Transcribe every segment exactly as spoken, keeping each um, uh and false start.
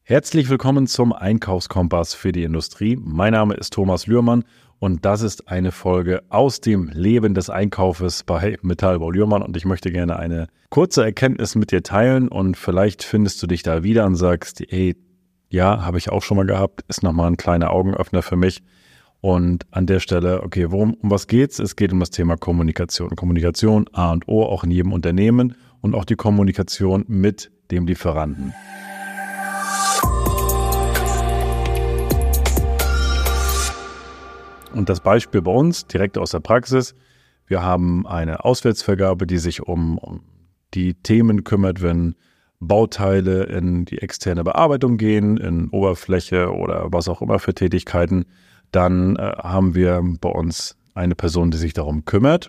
Herzlich willkommen zum Einkaufskompass für die Industrie. Mein Name ist Thomas Lührmann und das ist eine Folge aus dem Leben des Einkaufes bei Metallbau Lührmann und ich möchte gerne eine kurze Erkenntnis mit dir teilen und vielleicht findest du dich da wieder und sagst, hey, ja, habe ich auch schon mal gehabt, ist nochmal ein kleiner Augenöffner für mich. Und an der Stelle, okay, worum, um was geht's? Es geht um das Thema Kommunikation. Kommunikation A und O, auch in jedem Unternehmen und auch die Kommunikation mit dem Lieferanten. Und das Beispiel bei uns, direkt aus der Praxis, wir haben eine Auswärtsvergabe, die sich um, um die Themen kümmert, wenn Bauteile in die externe Bearbeitung gehen, in Oberfläche oder was auch immer für Tätigkeiten. Dann äh, haben wir bei uns eine Person, die sich darum kümmert.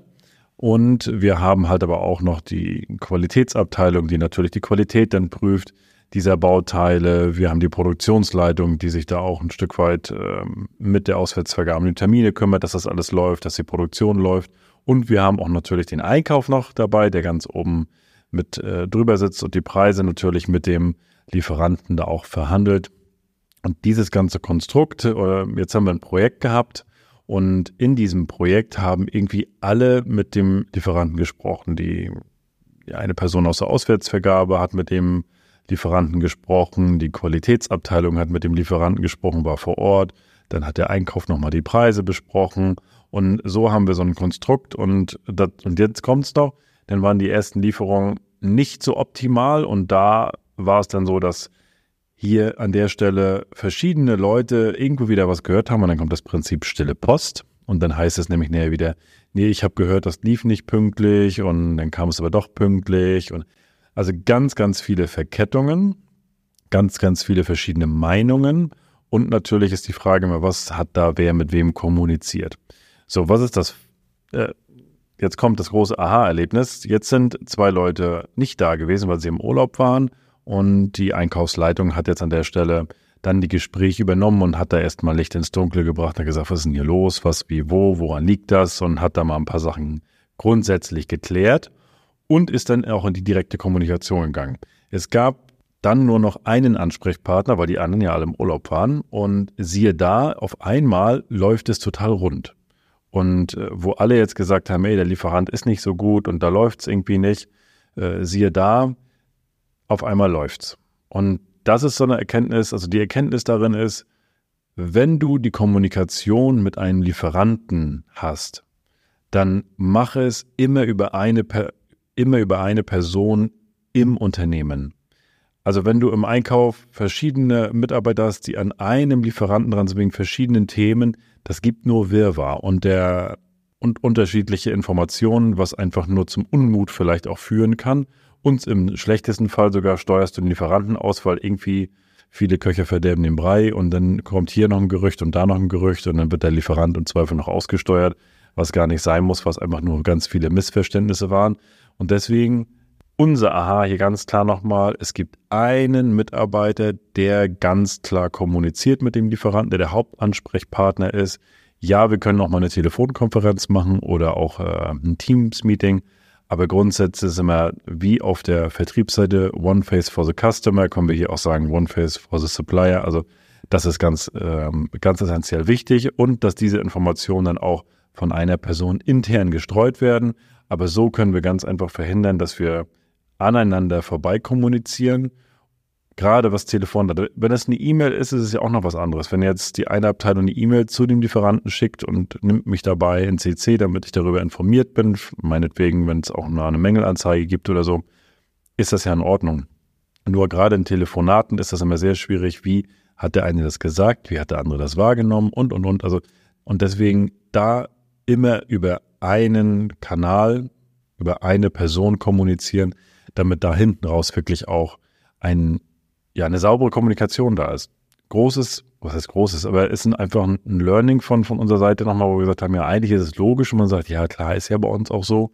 Und wir haben halt aber auch noch die Qualitätsabteilung, die natürlich die Qualität dann prüft dieser Bauteile. Wir haben die Produktionsleitung, die sich da auch ein Stück weit ähm, mit der Auswärtsvergabe um die Termine kümmert, dass das alles läuft, dass die Produktion läuft. Und wir haben auch natürlich den Einkauf noch dabei, der ganz oben mit äh, drüber sitzt und die Preise natürlich mit dem Lieferanten da auch verhandelt. Und dieses ganze Konstrukt, äh, jetzt haben wir ein Projekt gehabt und in diesem Projekt haben irgendwie alle mit dem Lieferanten gesprochen. Die, die eine Person aus der Auswärtsvergabe hat mit dem Lieferanten gesprochen, die Qualitätsabteilung hat mit dem Lieferanten gesprochen, war vor Ort, dann hat der Einkauf nochmal die Preise besprochen und so haben wir so ein Konstrukt und, das, und jetzt kommt's doch, dann waren die ersten Lieferungen nicht so optimal und da war es dann so, dass hier an der Stelle verschiedene Leute irgendwo wieder was gehört haben und dann kommt das Prinzip stille Post und dann heißt es nämlich näher wieder, nee, ich habe gehört, das lief nicht pünktlich und dann kam es aber doch pünktlich und also ganz, ganz viele Verkettungen, ganz, ganz viele verschiedene Meinungen und natürlich ist die Frage immer, was hat da wer mit wem kommuniziert. So, was ist das? Äh, jetzt kommt das große Aha-Erlebnis. Jetzt sind zwei Leute nicht da gewesen, weil sie im Urlaub waren und die Einkaufsleitung hat jetzt an der Stelle dann die Gespräche übernommen und hat da erstmal Licht ins Dunkle gebracht und hat gesagt, was ist denn hier los, was, wie, wo, woran liegt das und hat da mal ein paar Sachen grundsätzlich geklärt. Und ist dann auch in die direkte Kommunikation gegangen. Es gab dann nur noch einen Ansprechpartner, weil die anderen ja alle im Urlaub waren. Und siehe da, auf einmal läuft es total rund. Und äh, wo alle jetzt gesagt haben, ey, der Lieferant ist nicht so gut und da läuft es irgendwie nicht, äh, siehe da, auf einmal läuft's. Und das ist so eine Erkenntnis, also die Erkenntnis darin ist, wenn du die Kommunikation mit einem Lieferanten hast, dann mache es immer über eine per immer über eine Person im Unternehmen. Also wenn du im Einkauf verschiedene Mitarbeiter hast, die an einem Lieferanten dran sind wegen verschiedenen Themen, das gibt nur Wirrwarr und der und unterschiedliche Informationen, was einfach nur zum Unmut vielleicht auch führen kann. Und im schlechtesten Fall sogar steuerst du den Lieferanten aus, weil irgendwie viele Köche verderben den Brei und dann kommt hier noch ein Gerücht und da noch ein Gerücht und dann wird der Lieferant im Zweifel noch ausgesteuert, was gar nicht sein muss, was einfach nur ganz viele Missverständnisse waren. Und deswegen unser Aha hier ganz klar nochmal, es gibt einen Mitarbeiter, der ganz klar kommuniziert mit dem Lieferanten, der der Hauptansprechpartner ist. Ja, wir können auch mal eine Telefonkonferenz machen oder auch äh, ein Teams-Meeting, aber grundsätzlich ist immer wie auf der Vertriebsseite One Face for the Customer, können wir hier auch sagen One Face for the Supplier. Also das ist ganz, ähm, ganz essentiell wichtig und dass diese Informationen dann auch von einer Person intern gestreut werden. Aber so können wir ganz einfach verhindern, dass wir aneinander vorbei kommunizieren. Gerade was Telefon, wenn es eine E-Mail ist, ist es ja auch noch was anderes. Wenn jetzt die eine Abteilung eine E-Mail zu dem Lieferanten schickt und nimmt mich dabei in C C, damit ich darüber informiert bin, meinetwegen, wenn es auch mal eine Mängelanzeige gibt oder so, ist das ja in Ordnung. Nur gerade in Telefonaten ist das immer sehr schwierig. Wie hat der eine das gesagt? Wie hat der andere das wahrgenommen? Und, und, und. Also, und deswegen da immer über einen Kanal, über eine Person kommunizieren, damit da hinten raus wirklich auch ein, ja, eine saubere Kommunikation da ist. Großes, was heißt Großes, aber es ist einfach ein Learning von, von unserer Seite nochmal, wo wir gesagt haben, ja, eigentlich ist es logisch und man sagt, ja klar, ist ja bei uns auch so.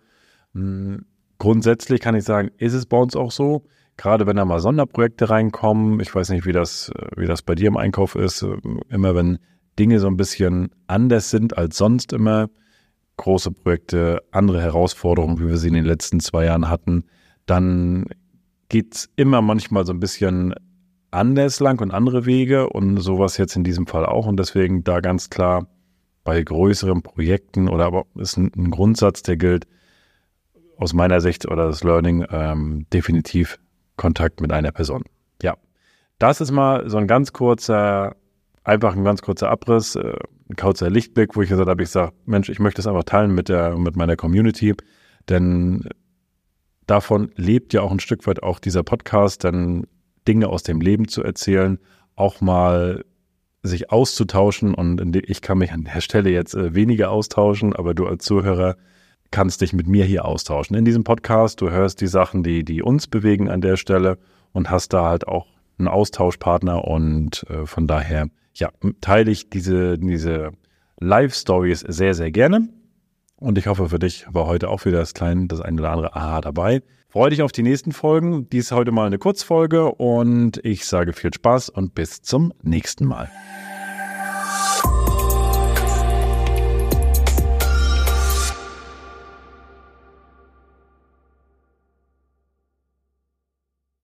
Hm, grundsätzlich kann ich sagen, ist es bei uns auch so, gerade wenn da mal Sonderprojekte reinkommen, ich weiß nicht, wie das, wie das bei dir im Einkauf ist, immer wenn Dinge so ein bisschen anders sind als sonst immer, große Projekte, andere Herausforderungen, wie wir sie in den letzten zwei Jahren hatten, dann geht es immer manchmal so ein bisschen anders lang und andere Wege und sowas jetzt in diesem Fall auch. Und deswegen da ganz klar bei größeren Projekten oder aber ist ein, ein Grundsatz, der gilt aus meiner Sicht oder das Learning ähm, definitiv Kontakt mit einer Person. Ja, das ist mal so ein ganz kurzer, einfach ein ganz kurzer Abriss, äh, ein kurzer Lichtblick, wo ich gesagt habe, ich sage, Mensch, ich möchte es einfach teilen mit der, mit meiner Community, denn davon lebt ja auch ein Stück weit auch dieser Podcast, denn Dinge aus dem Leben zu erzählen, auch mal sich auszutauschen und ich kann mich an der Stelle jetzt äh, weniger austauschen, aber du als Zuhörer kannst dich mit mir hier austauschen. In diesem Podcast, du hörst die Sachen, die, die uns bewegen an der Stelle und hast da halt auch einen Austauschpartner und äh, von daher, ja, teile ich diese, diese Live-Stories sehr, sehr gerne. Und ich hoffe, für dich war heute auch wieder das kleine, das ein oder andere Aha dabei. Freue dich auf die nächsten Folgen. Dies ist heute mal eine Kurzfolge und ich sage viel Spaß und bis zum nächsten Mal.